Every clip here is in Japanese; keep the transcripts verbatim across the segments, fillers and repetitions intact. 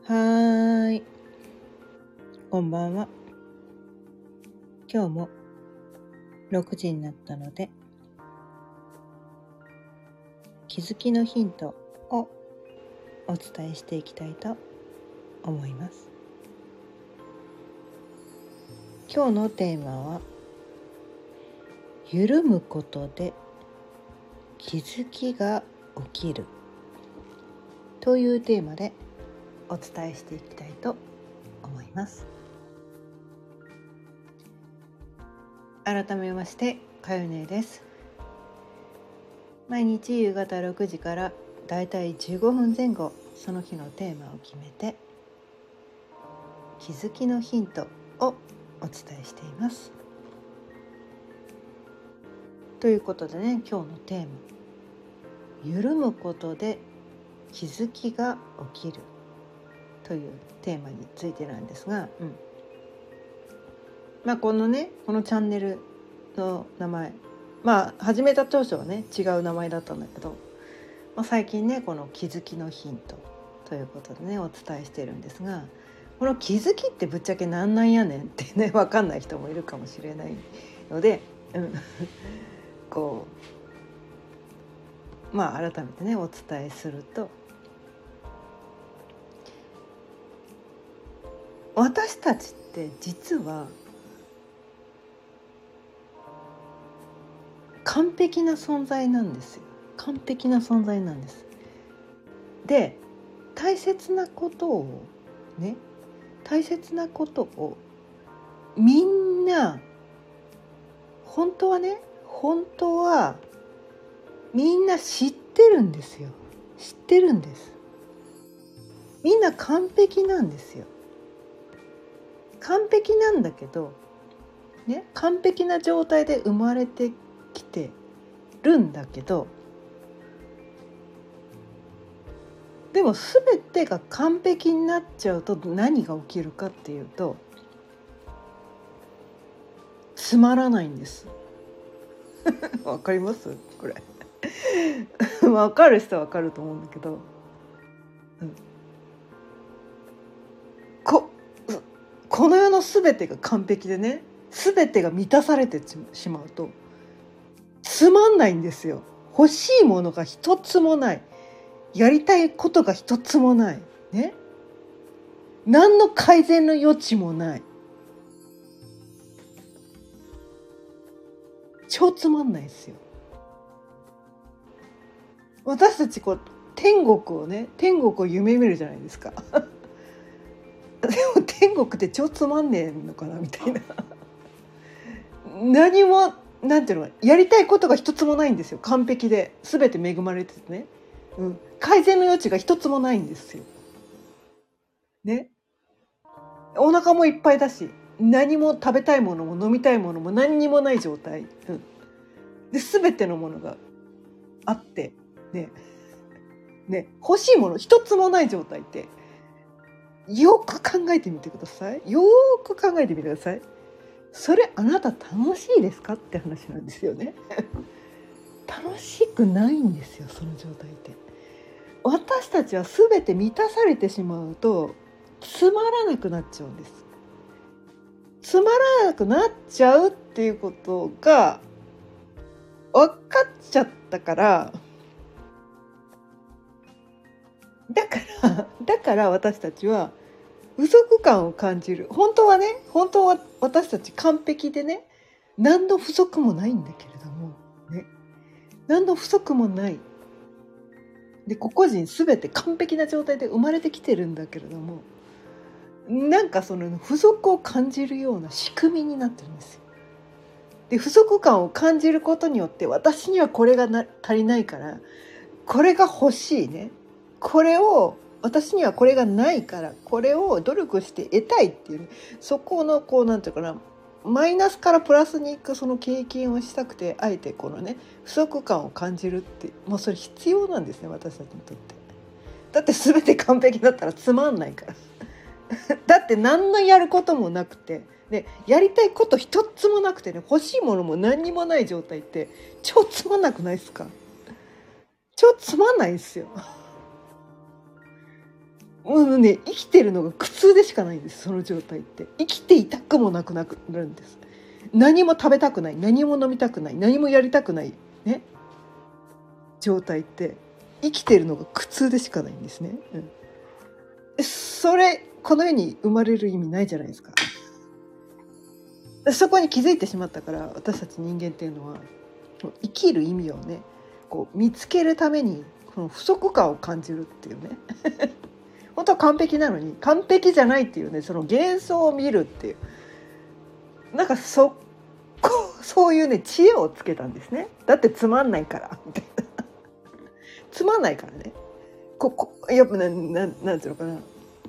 はーい、こんばんは。今日もろくじになったので、気づきのヒントをお伝えしていきたいと思います。今日のテーマは、緩むことで気づきが起きるというテーマでお伝えしていきたいと思います。改めましてかよねです。毎日夕方ろくじからだいたいじゅうごふんぜん後、その日のテーマを決めて気づきのヒントをお伝えしています。ということでね、今日のテーマ、緩むことで気づきが起きるというテーマについてなんですが、うん、まあこのねこのチャンネルの名前、まあ始めた当初はね違う名前だったんだけど、まあ、最近ねこの気づきのヒントということでねお伝えしているんですが、この気づきってぶっちゃけなんなんやねんってね分かんない人もいるかもしれないので、うん、こうまあ改めてねお伝えすると、私たちって実は完璧な存在なんですよ。完璧な存在なんです。で、大切なことをね、大切なことをみんな本当はね、本当はみんな知ってるんですよ。知ってるんです。みんな完璧なんですよ。完璧なんだけど、ね、完璧な状態で生まれてきてるんだけど、でも全てが完璧になっちゃうと何が起きるかっていうと、つまらないんです。わかりますこれわかる人はわかると思うんだけど、うん、ここの世の全てが完璧でね、全てが満たされてしまうとつまんないんですよ。欲しいものが一つもない、やりたいことが一つもないね、何の改善の余地もない、超つまんないですよ。私たちこう天国をね天国を夢見るじゃないですかでも天国って超つまんねえのかなみたいな何もなんていうの、やりたいことが一つもないんですよ。完璧で全て恵まれててね、うん、改善の余地が一つもないんですよね。お腹もいっぱいだし、何も食べたいものも飲みたいものも何にもない状態、うん、で全てのものがあってね、ね、欲しいもの一つもない状態ってよく考えてみてください。よく考えてみてください。それあなた楽しいですかって話なんですよね楽しくないんですよ、その状態って。私たちは全て満たされてしまうとつまらなくなっちゃうんです。つまらなくなっちゃうっていうことが分かっちゃったから、だからだから私たちは不足感を感じる。本当はね、本当は私たち完璧でね、何の不足もないんだけれどもね、何の不足もないで、個々人全て完璧な状態で生まれてきてるんだけれども、なんかその不足を感じるような仕組みになってるんですよ。で、不足感を感じることによって、私にはこれがな足りないからこれが欲しいね、これを私にはこれがないからこれを努力して得たいっていう、ね、そこのこうなんていうかな、マイナスからプラスにいくその経験をしたくて、あえてこのね不足感を感じるって、もうそれ必要なんですね、私たちにとって。だって全て完璧だったらつまんないからだって何のやることもなくて、でやりたいこと一つもなくてね、欲しいものも何にもない状態って超つまんなくないですか？超つまんないですよもうね、生きてるのが苦痛でしかないんです。その状態って生きていたくもなくなるんです。何も食べたくない、何も飲みたくない、何もやりたくないね状態って生きてるのが苦痛でしかないんですね、うん、それこの世に生まれる意味ないじゃないですか。そこに気づいてしまったから、私たち人間っていうのは生きる意味をねこう見つけるためにこの不足感を感じるっていうね本当は完璧なのに完璧じゃないっていうね、その幻想を見るっていう、なんかそこそういうね知恵をつけたんですね。だってつまんないからみたいなつまんないからね、ここやっぱね、ななんていうのかな、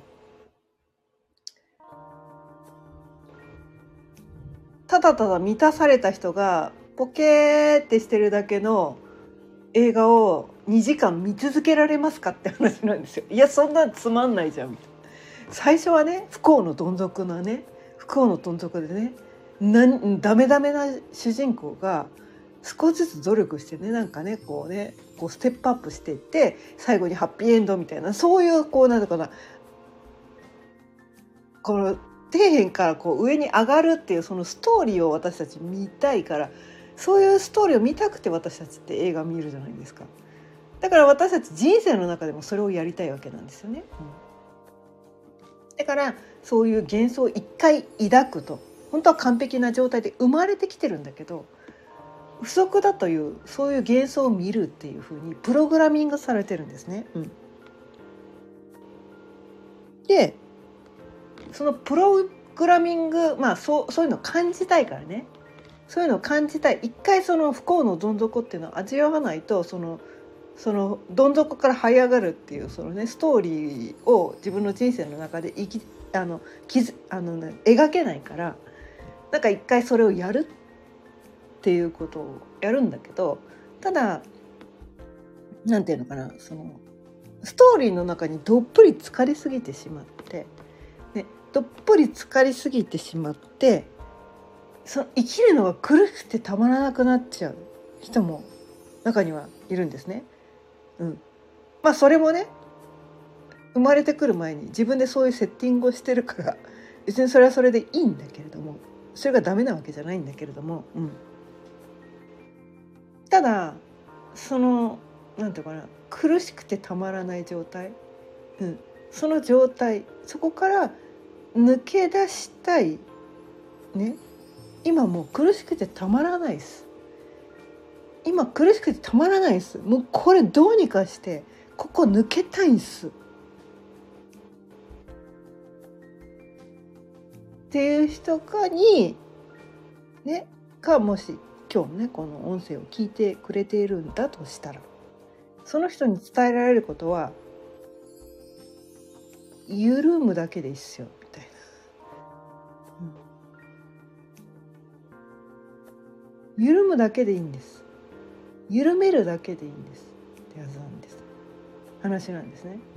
ただただ満たされた人がポケーってしてるだけの映画をにじかん見続けられますかって話なんですよ。いやそんなつまんないじゃんみたいな。最初はね不幸のどん底なね不幸のどん底でねなんダメダメな主人公が少しずつ努力してね、なんかねこうねこうステップアップしていって最後にハッピーエンドみたいな、そういうこうなんだかな、この底辺からこう上に上がるっていうそのストーリーを私たち見たいから、そういうストーリーを見たくて私たちって映画見るじゃないですか。だから私たち人生の中でもそれをやりたいわけなんですよね、うん、だからそういう幻想を一回抱くと本当は完璧な状態で生まれてきてるんだけど、不足だというそういう幻想を見るっていう風にプログラミングされてるんですね、うん、でそのプログラミング、まあそうそういうのを感じたいからね、そういうのを感じたい、一回その不幸のどん底っていうのを味わわないと、そのそのどん底から這い上がるっていうそのねストーリーを自分の人生の中で生きあのきあの、ね、描けないから、なんか一回それをやるっていうことをやるんだけど、ただなんていうのかな、そのストーリーの中にどっぷり浸かりすぎてしまって、ね、どっぷり浸かりすぎてしまってその生きるのが苦しくてたまらなくなっちゃう人も中にはいるんですね、うん、まあそれもね生まれてくる前に自分でそういうセッティングをしてるから別にそれはそれでいいんだけれども、それがダメなわけじゃないんだけれども、うん、ただそのなんていうかな、苦しくてたまらない状態、うん、その状態、そこから抜け出したいね。今もう苦しくてたまらないです。今苦しくてたまらないです。もうこれどうにかしてここ抜けたいんですっていう人かにねか、もし今日ねこの音声を聞いてくれているんだとしたら、その人に伝えられることは緩むだけでいいっすよみたいな、うん、緩むだけでいいんです、緩めるだけでいいんですってやつなんです話なんですね、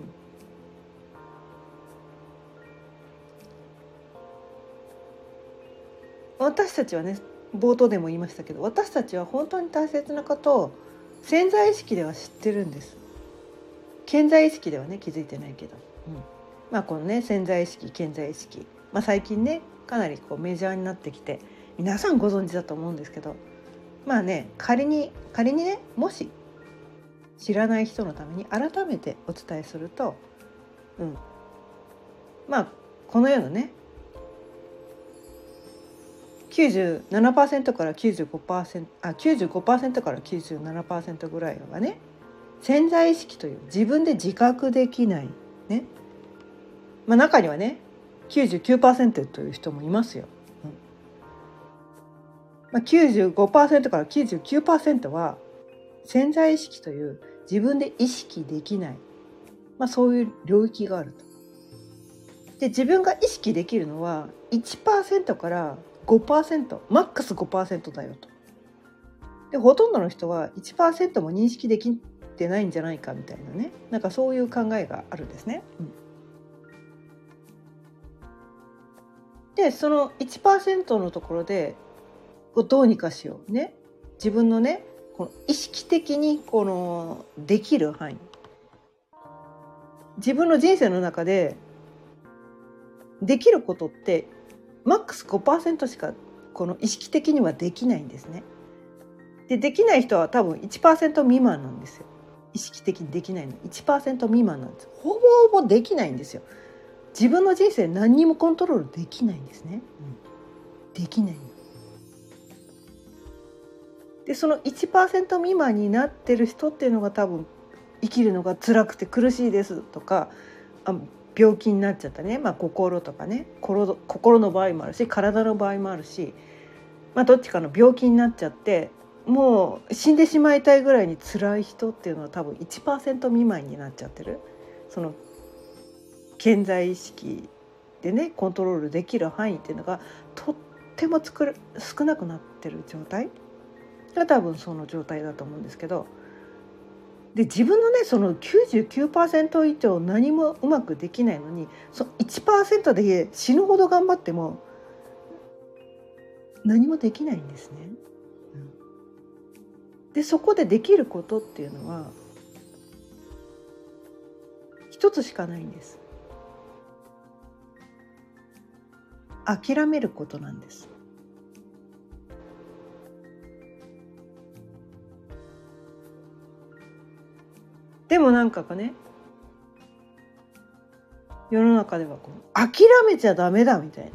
うん、私たちはね冒頭でも言いましたけど、私たちは本当に大切なことを潜在意識では知ってるんです。顕在意識ではね気づいてないけど、うん、まあこのね潜在意識顕在意識、まあ、最近ねかなりこうメジャーになってきて皆さんご存知だと思うんですけど、まあね仮に仮にねもし知らない人のために改めてお伝えすると、うん、まあこの世のねきゅうじゅうななパーセント から きゅうじゅうごパーセント あ きゅうじゅうごパーセント から きゅうじゅうななパーセント ぐらいはね潜在意識という自分で自覚できないね、まあ、中にはね きゅうじゅうきゅうパーセント という人もいますよ、うんまあ、きゅうじゅうごパーセント から きゅうじゅうきゅうパーセント は潜在意識という自分で意識できない、まあ、そういう領域があると。で自分が意識できるのはいちパーセント からごパーセント、マックス ごパーセント だよと。でほとんどの人はいちパーセント も認識できてないんじゃないかみたいなね、なんかそういう考えがあるんですね、うん、でその いちパーセント のところでどうにかしようね、自分のねこの意識的にこのできる範囲自分の人生の中でできることってマックス ごパーセント しかこの意識的にはできないんですね。で、できない人は多分 いちパーセント 未満なんですよ。意識的にできないの いちパーセント 未満なんです。ほぼほぼできないんですよ。自分の人生何にもコントロールできないんですね、うん、できないので、その いちパーセント 未満になってる人っていうのが多分生きるのが辛くて苦しいですとか、あ病気になっちゃったね、まあ、心とかね、心、心の場合もあるし体の場合もあるし、まあ、どっちかの病気になっちゃってもう死んでしまいたいぐらいに辛い人っていうのは多分 いちパーセント 未満になっちゃってる。その潜在意識でねコントロールできる範囲っていうのがとってもつくる少なくなってる状態が多分その状態だと思うんですけど、で自分のねその きゅうじゅうきゅうパーセント 以上何もうまくできないのに、その いちパーセント で死ぬほど頑張っても何もできないんですね、うん、でそこでできることっていうのは一つしかないんです。諦めることなんです。でもなんかね世の中ではこう諦めちゃダメだみたいな、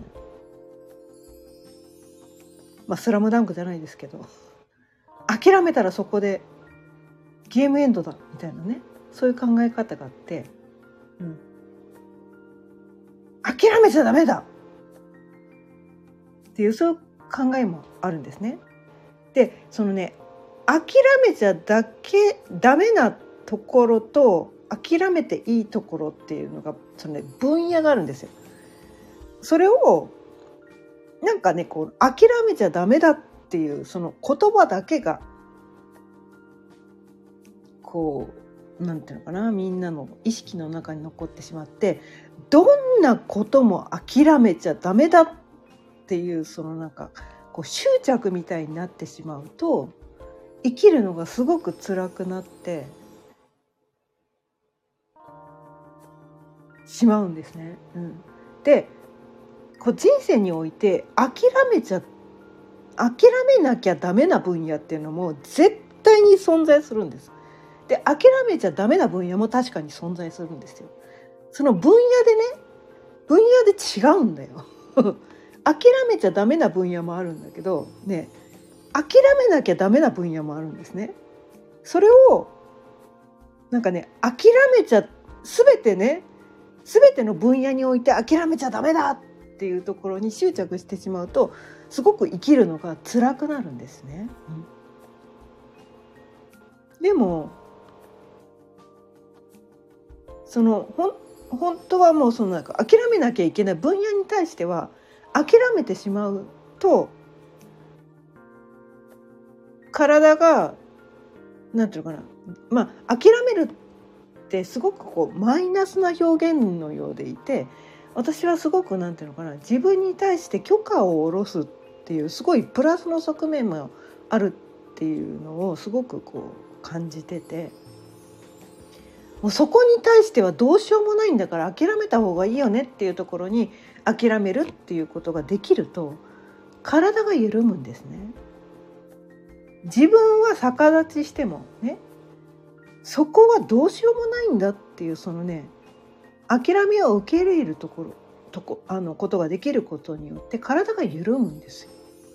まあスラムダンクじゃないですけど、諦めたらそこでゲームエンドだみたいなね、そういう考え方があって、うん、諦めちゃダメだっていうそういう考えもあるんですね。でそのね諦めちゃだけダメなところと諦めていいところっていうのがその、ね、分野があるんですよ。それをなんかねこう諦めちゃダメだっていうその言葉だけがこうなんていうのかな、みんなの意識の中に残ってしまって、どんなことも諦めちゃダメだっていうそのなんかこう執着みたいになってしまうと生きるのがすごく辛くなってしまうんですね。うん、でこう人生において諦めちゃ諦めなきゃダメな分野っていうのも絶対に存在するんです。で諦めちゃダメな分野も確かに存在するんですよ。その分野でね分野で違うんだよ諦めちゃダメな分野もあるんだけどね、諦めなきゃダメな分野もあるんですね。それをなんかね諦めちゃ全てね全ての分野において諦めちゃダメだっていうところに執着してしまうとすごく生きるのが辛くなるんですね、うん、でもそのほん本当はもうそのなんか諦めなきゃいけない分野に対しては諦めてしまうと体がなんていうのかな、まあ諦めるってすごくこうマイナスな表現のようでいて、私はすごくなんていうのかな、自分に対して許可を下ろすっていうすごいプラスの側面もあるっていうのをすごくこう感じてて、もうそこに対してはどうしようもないんだから諦めた方がいいよねっていうところに諦めるっていうことができると体が緩むんですね。自分は逆立ちしてもね、そこはどうしようもないんだっていうそのね諦めを受け入れるところとこあのことができることによって体が緩むんですよ。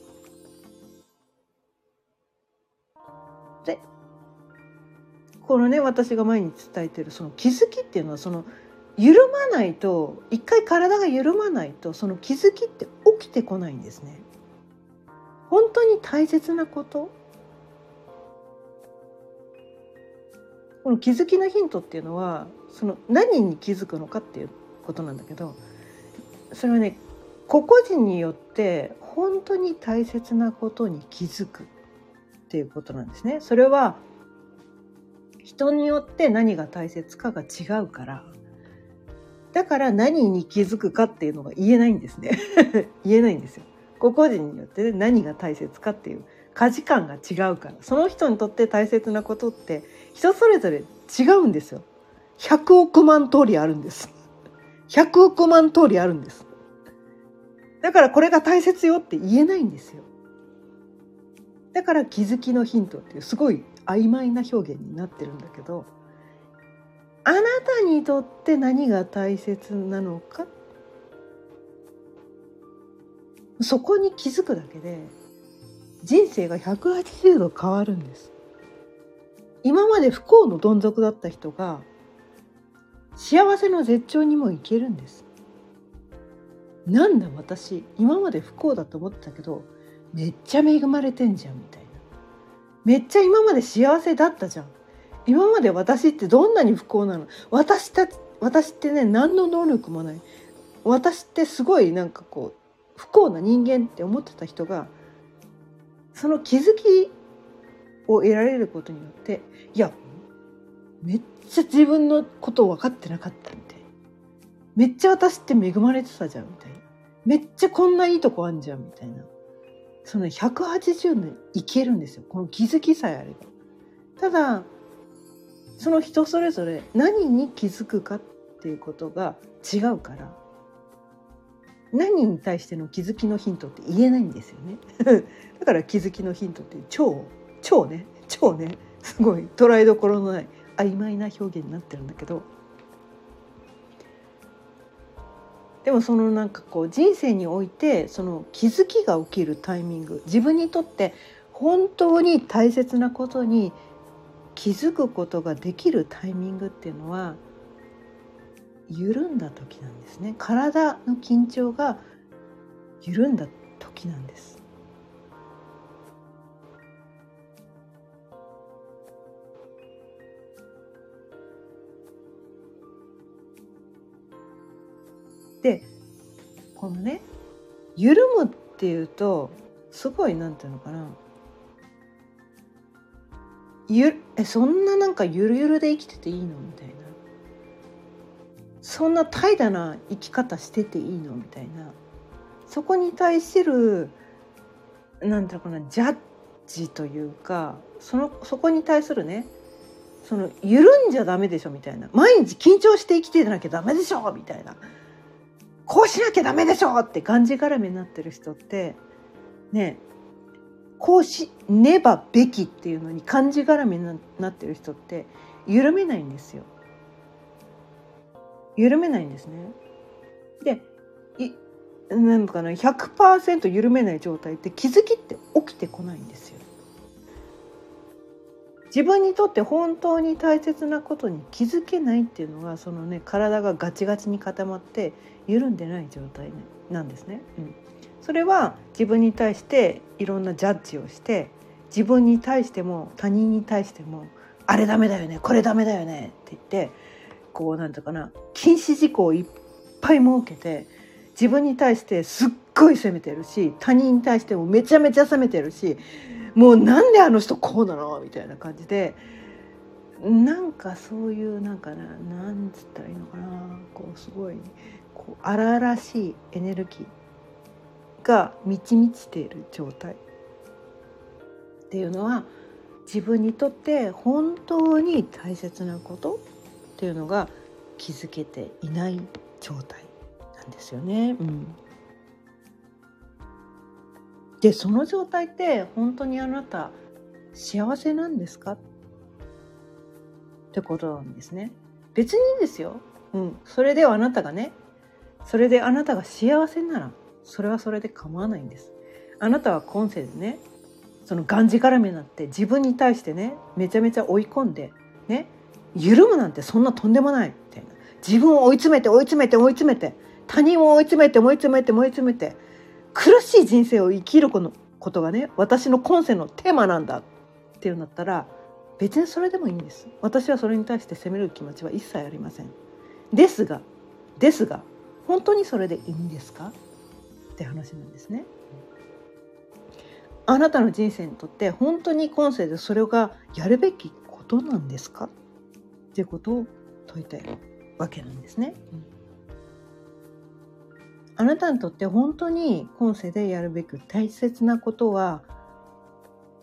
でこのね私が毎日伝えてるその気づきっていうのはその緩まないと一回体が緩まないとその気づきって起きてこないんですね。本当に大切なことこの気づきのヒントっていうのはその何に気づくのかっていうことなんだけど、それはね個々人によって本当に大切なことに気づくっていうことなんですね。それは人によって何が大切かが違うから、だから何に気づくかっていうのが言えないんですね言えないんですよ。個々人によって、ね、何が大切かっていう価値観が違うから、その人にとって大切なことって人それぞれ違うんですよ。 ひゃくおくまん通りあるんです。ひゃくおくまん通りあるんです。だからこれが大切よって言えないんですよ。だから気づきのヒントっていうすごい曖昧な表現になってるんだけど、あなたにとって何が大切なのか、そこに気づくだけで人生がひゃくはちじゅうど変わるんです。今まで不幸のどん底だった人が幸せの絶頂にも行けるんです。なんだ私今まで不幸だと思ってたけどめっちゃ恵まれてんじゃんみたいな、めっちゃ今まで幸せだったじゃん、今まで私ってどんなに不幸なの、私た私ってね何の能力もない、私ってすごいなんかこう不幸な人間って思ってた人がその気づきを得られることによって、いやめっちゃ自分のことを分かってなかったみたいな、めっちゃ私って恵まれてたじゃんみたいな、めっちゃこんないいとこあんじゃんみたいな、そのひゃくはちじゅうねんいけるんですよ、この気づきさえあれば。ただその人それぞれ何に気づくかっていうことが違うから、何に対しての気づきのヒントって言えないんですよねだから気づきのヒントって超超ね超ねすごい捉えどころのない曖昧な表現になってるんだけど、でもそのなんかこう人生においてその気づきが起きるタイミング、自分にとって本当に大切なことに気づくことができるタイミングっていうのは緩んだ時なんですね。体の緊張が緩んだ時なんです。でこのね緩むっていうとすごいなんていうのかな、ゆえそんななんかゆるゆるで生きてていいのみたいな、そんな怠惰な生き方してていいのみたいな、そこに対するなんていうのかなジャッジというか、そのそこに対するね、その緩んじゃダメでしょみたいな、毎日緊張して生きてなきゃダメでしょみたいな、こうしなきゃダメでしょってがんじがらめになってる人ってね、こうしねばべきっていうのにがんじがらめになってる人って緩めないんですよ。緩めないんですね。でいなんかな ひゃくパーセント 緩めない状態って気づきって起きてこないんですよ。自分にとって本当に大切なことに気づけないっていうのがそのね体がガチガチに固まって緩んでない状態なんですね、うん、それは自分に対していろんなジャッジをして、自分に対しても他人に対してもあれダメだよねこれダメだよねって言ってこうなんていうかな禁止事項をいっぱい設けて自分に対してすっごい責めてるし、他人に対してもめちゃめちゃ責めてるし、もうなんであの人こうなのみたいな感じで、なんかそういうなんかな、なんつったらいいのかな、こうすごいこう荒々しいエネルギーが満ち満ちている状態っていうのは自分にとって本当に大切なことっていうのが気づけていない状態なんですよね、うん、でその状態って本当にあなた幸せなんですかってことなんですね。別にいいんですよ、うん、それではあなたがねそれであなたが幸せならそれはそれで構わないんです。あなたは今世でねそのがんじがらめになって自分に対してねめちゃめちゃ追い込んでね緩むなんてそんなとんでもないみたいな、自分を追い詰めて追い詰めて追い詰めて他人を追い詰めて追い詰めて追い詰めて苦しい人生を生きることがね私の今世のテーマなんだっていうんだったら別にそれでもいいんです。私はそれに対して責める気持ちは一切ありません。ですがですが本当にそれでいいんですかって話なんですね。あなたの人生にとって本当に今世でそれがやるべきことなんですかっていうことを問いたいわけなんですね、うん、あなたにとって本当に今世でやるべき大切なことは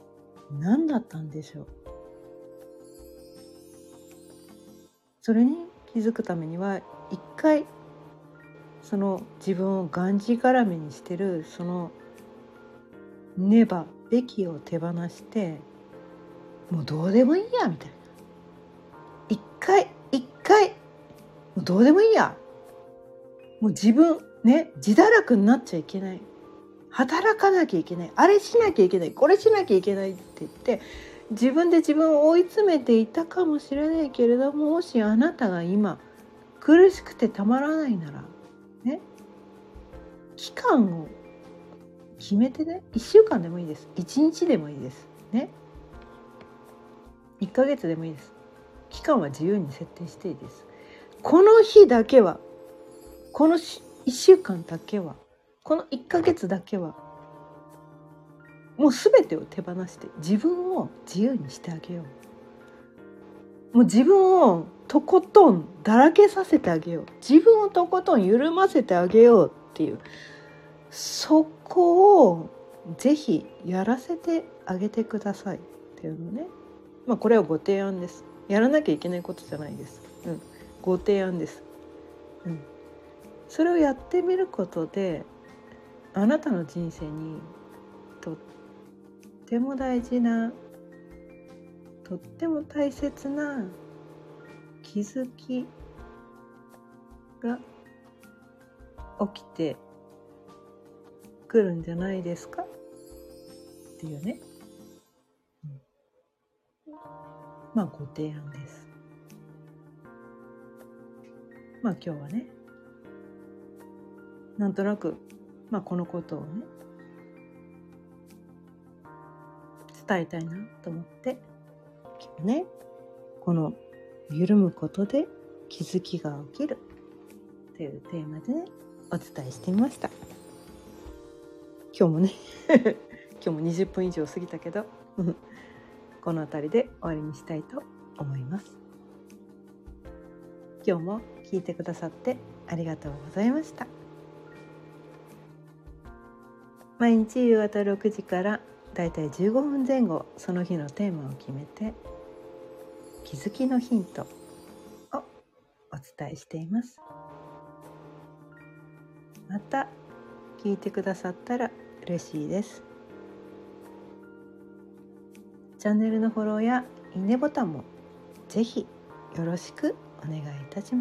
何だったんでしょう。それに気づくためには一回その自分をがんじがらめにしてるそのねばべきを手放して、もうどうでもいいやみたいな、一回一回もうどうでもいいや、もう自分ね自堕落になっちゃいけない、働かなきゃいけない、あれしなきゃいけない、これしなきゃいけないって言って自分で自分を追い詰めていたかもしれないけれども、もしあなたが今苦しくてたまらないならね、期間を決めてね、いっしゅうかんでもいいです、いちにちでもいいですね、いっかげつでもいいです。期間は自由に設定していいです。この日だけは、このいっしゅうかんだけは、このいっかげつだけはもう全てを手放して自分を自由にしてあげよう。もう自分をとことんだらけさせてあげよう、自分をとことん緩ませてあげようっていう、そこをぜひやらせてあげてくださいっていうのね。まあこれはご提案です。やらなきゃいけないことじゃないです。うん、ご提案です。うん、それをやってみることであなたの人生にとっても大事な、とっても大切な気づきが起きてくるんじゃないですかっていうね、うん、まあご提案です。まあ今日はね、なんとなく、まあ、このことをね伝えたいなと思って今日ね、この緩むことで気づきが起きるというテーマでねお伝えしてみました。今日もね今日もにじゅっぷん以上過ぎたけどこの辺りで終わりにしたいと思います。今日も聞いてくださってありがとうございました。毎日夕方ろくじからだいたいじゅうごふんぜん後、その日のテーマを決めて気づきのヒントをお伝えしています。また聞いてくださったら嬉しいです。チャンネルのフォローやいいねボタンもぜひよろしくお願いいたします。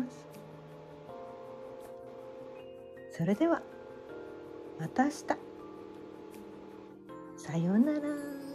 それではまた明日。さようなら。